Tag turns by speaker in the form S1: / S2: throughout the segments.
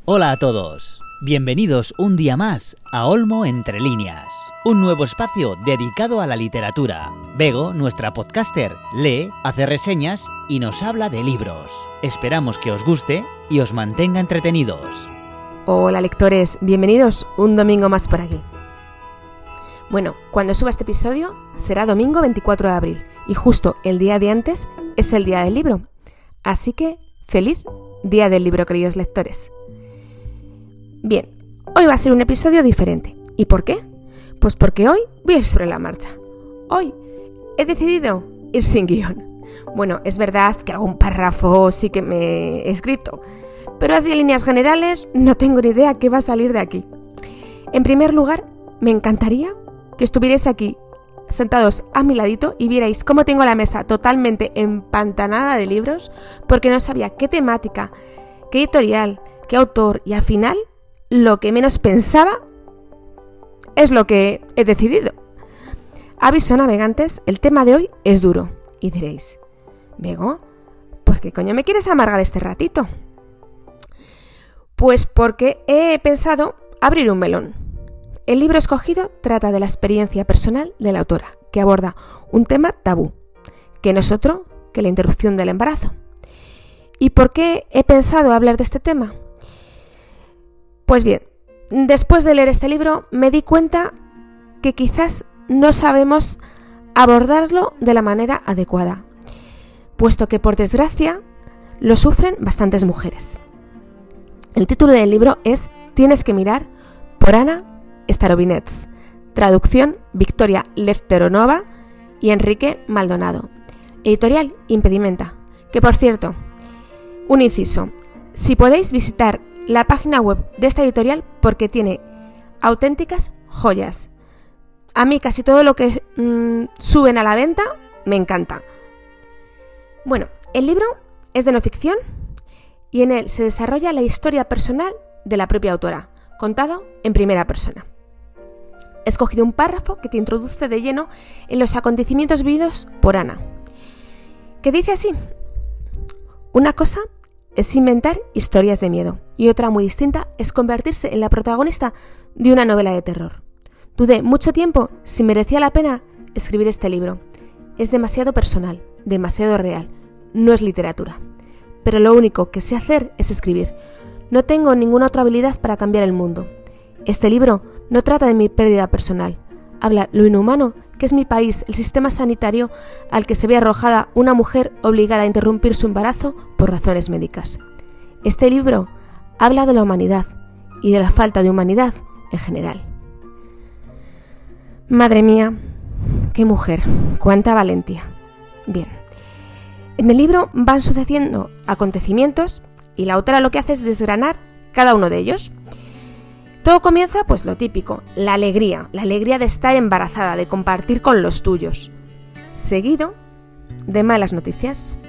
S1: Hola a todos, bienvenidos un día más a Olmo Entre Líneas, un nuevo espacio dedicado a la literatura. Bego, nuestra podcaster, lee, hace reseñas y nos habla de libros. Esperamos que os guste y os mantenga entretenidos.
S2: Hola lectores, bienvenidos un domingo más por aquí. Bueno, cuando suba este episodio será domingo 24 de abril y justo el día de antes es el día del libro. Así que, ¡feliz Día del Libro, queridos lectores! Bien, hoy va a ser un episodio diferente. ¿Y por qué? Pues porque hoy voy a ir sobre la marcha. Hoy he decidido ir sin guión. Bueno, es verdad que algún párrafo sí que me he escrito, pero así en líneas generales no tengo ni idea qué va a salir de aquí. En primer lugar, me encantaría que estuvierais aquí sentados a mi ladito y vierais cómo tengo la mesa totalmente empantanada de libros, porque no sabía qué temática, qué editorial, qué autor, y al final lo que menos pensaba es lo que he decidido. Aviso, navegantes, el tema de hoy es duro. Y diréis, Bego, ¿por qué coño me quieres amargar este ratito? Pues porque he pensado abrir un melón. El libro escogido trata de la experiencia personal de la autora, que aborda un tema tabú, que no es otro que la interrupción del embarazo. ¿Y por qué he pensado hablar de este tema? Pues bien, después de leer este libro me di cuenta que quizás no sabemos abordarlo de la manera adecuada, puesto que por desgracia lo sufren bastantes mujeres. El título del libro es Tienes que mirar, por Ana Starovinets, traducción Victoria Lefteronova y Enrique Maldonado, editorial Impedimenta, que por cierto, un inciso, si podéis visitar la página web de esta editorial porque tiene auténticas joyas. A mí casi todo lo que suben a la venta me encanta. Bueno, el libro es de no ficción y en él se desarrolla la historia personal de la propia autora, contado en primera persona. He escogido un párrafo que te introduce de lleno en los acontecimientos vividos por Ana, que dice así: una cosa es inventar historias de miedo y otra muy distinta es convertirse en la protagonista de una novela de terror. Dudé mucho tiempo si merecía la pena escribir este libro. Es demasiado personal, demasiado real, no es literatura. Pero lo único que sé hacer es escribir. No tengo ninguna otra habilidad para cambiar el mundo. Este libro no trata de mi pérdida personal. Habla lo inhumano que es mi país, el sistema sanitario al que se ve arrojada una mujer obligada a interrumpir su embarazo por razones médicas. Este libro habla de la humanidad y de la falta de humanidad en general. Madre mía, qué mujer, cuánta valentía. Bien, en el libro van sucediendo acontecimientos y la autora lo que hace es desgranar cada uno de ellos. Todo comienza, pues lo típico, la alegría de estar embarazada, de compartir con los tuyos, seguido de malas noticias.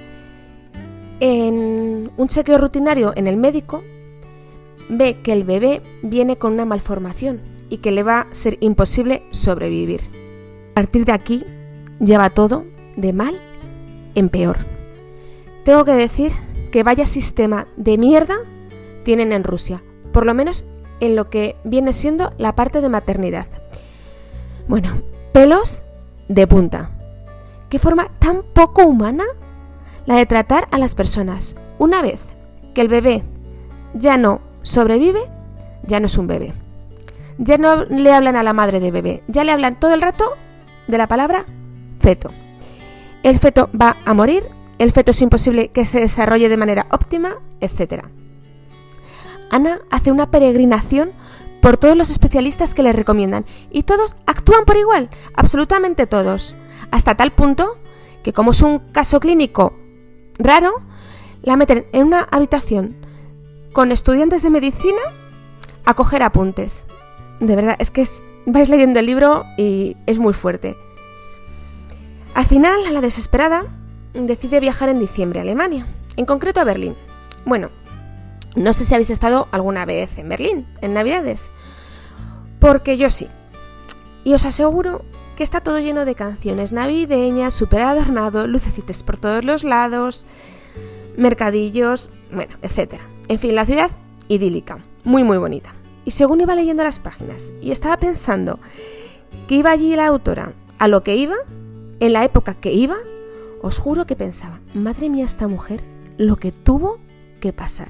S2: En un chequeo rutinario en el médico, ve que el bebé viene con una malformación y que le va a ser imposible sobrevivir. A partir de aquí, lleva todo de mal en peor. Tengo que decir que vaya sistema de mierda tienen en Rusia, por lo menos en lo que viene siendo la parte de maternidad. Bueno, pelos de punta. ¿Qué forma tan poco humana la de tratar a las personas? Una vez que el bebé ya no sobrevive, ya no es un bebé. Ya no le hablan a la madre de bebé, ya le hablan todo el rato de la palabra feto. El feto va a morir, el feto es imposible que se desarrolle de manera óptima, etc. Ana hace una peregrinación por todos los especialistas que le recomiendan y todos actúan por igual, absolutamente todos, hasta tal punto que, como es un caso clínico raro, la meten en una habitación con estudiantes de medicina a coger apuntes. De verdad, es que vais leyendo el libro y es muy fuerte. Al final, la desesperada decide viajar en diciembre a Alemania, en concreto a Berlín. Bueno, no sé si habéis estado alguna vez en Berlín, en Navidades, porque yo sí. Y os aseguro que está todo lleno de canciones navideñas, súper adornado, lucecitas por todos los lados, mercadillos, bueno, etc. En fin, la ciudad idílica. muy muy bonita. Y según iba leyendo las páginas y estaba pensando que iba allí la autora a lo que iba, en la época que iba, os juro que pensaba, madre mía, esta mujer, lo que tuvo que pasar.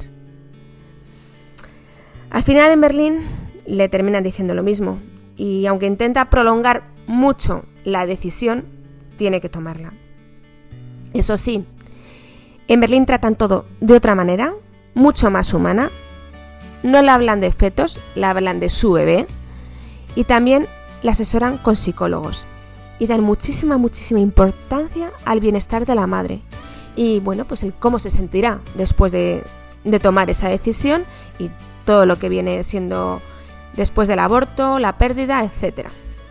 S2: Al final en Berlín le terminan diciendo lo mismo y aunque intenta prolongar mucho la decisión, tiene que tomarla. Eso sí, en Berlín tratan todo de otra manera, mucho más humana. No le hablan de fetos, le hablan de su bebé y también la asesoran con psicólogos y dan muchísima importancia al bienestar de la madre y bueno, pues el cómo se sentirá después de tomar esa decisión y todo lo que viene siendo después del aborto, la pérdida, etc.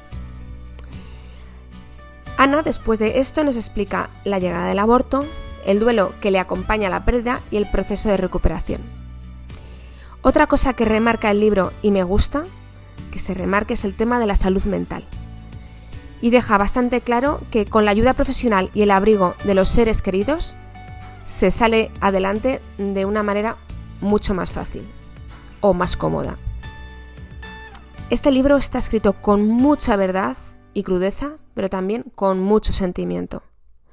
S2: Ana, después de esto, nos explica la llegada del aborto, el duelo que le acompaña a la pérdida y el proceso de recuperación. Otra cosa que remarca el libro y me gusta que se remarque es el tema de la salud mental. Y deja bastante claro que con la ayuda profesional y el abrigo de los seres queridos se sale adelante de una manera mucho más fácil o más cómoda. Este libro está escrito con mucha verdad y crudeza, pero también con mucho sentimiento.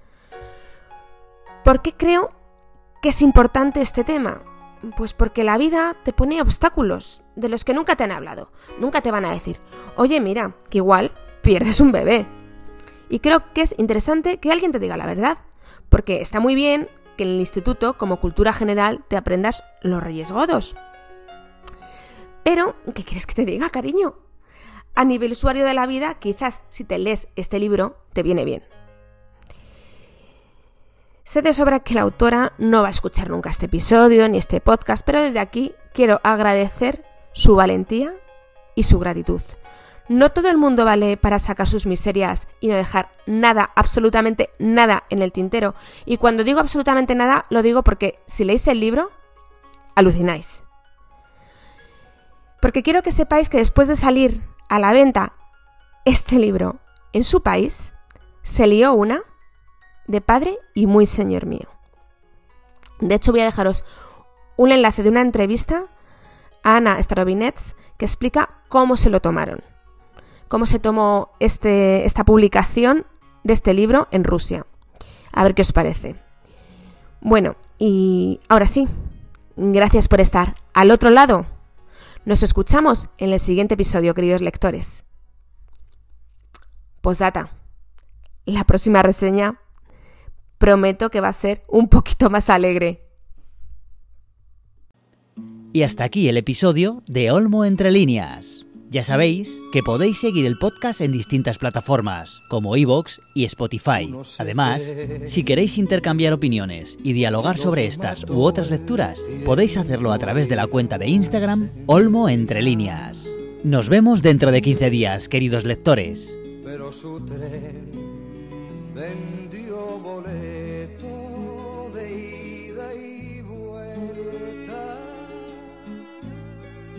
S2: ¿Por qué creo que es importante este tema? Pues porque la vida te pone obstáculos de los que nunca te han hablado. Nunca te van a decir, oye, mira, que igual pierdes un bebé. Y creo que es interesante que alguien te diga la verdad, porque está muy bien que en el instituto, como cultura general, te aprendas los Reyes Godos. Pero, ¿qué quieres que te diga, cariño? A nivel usuario de la vida, quizás si te lees este libro, te viene bien. Sé de sobra que la autora no va a escuchar nunca este episodio ni este podcast, pero desde aquí quiero agradecer su valentía y su gratitud. No todo el mundo vale para sacar sus miserias y no dejar nada, absolutamente nada en el tintero. Y cuando digo absolutamente nada, lo digo porque si leéis el libro, alucináis. Porque quiero que sepáis que después de salir a la venta este libro en su país, se lió una de padre y muy señor mío. De hecho, voy a dejaros un enlace de una entrevista a Anna Starobinets que explica cómo se lo tomaron, cómo se tomó esta publicación de este libro en Rusia. A ver qué os parece. Bueno, y ahora sí, gracias por estar al otro lado. Nos escuchamos en el siguiente episodio, queridos lectores. Postdata. La próxima reseña prometo que va a ser un poquito más alegre.
S1: Y hasta aquí el episodio de Olmo Entre Líneas. Ya sabéis que podéis seguir el podcast en distintas plataformas, como iVoox y Spotify. Además, si queréis intercambiar opiniones y dialogar sobre estas u otras lecturas, podéis hacerlo a través de la cuenta de Instagram Olmo Entre Líneas. Nos vemos dentro de 15 días, queridos lectores.
S3: Pero su tren vendió boleto de ida y vuelta.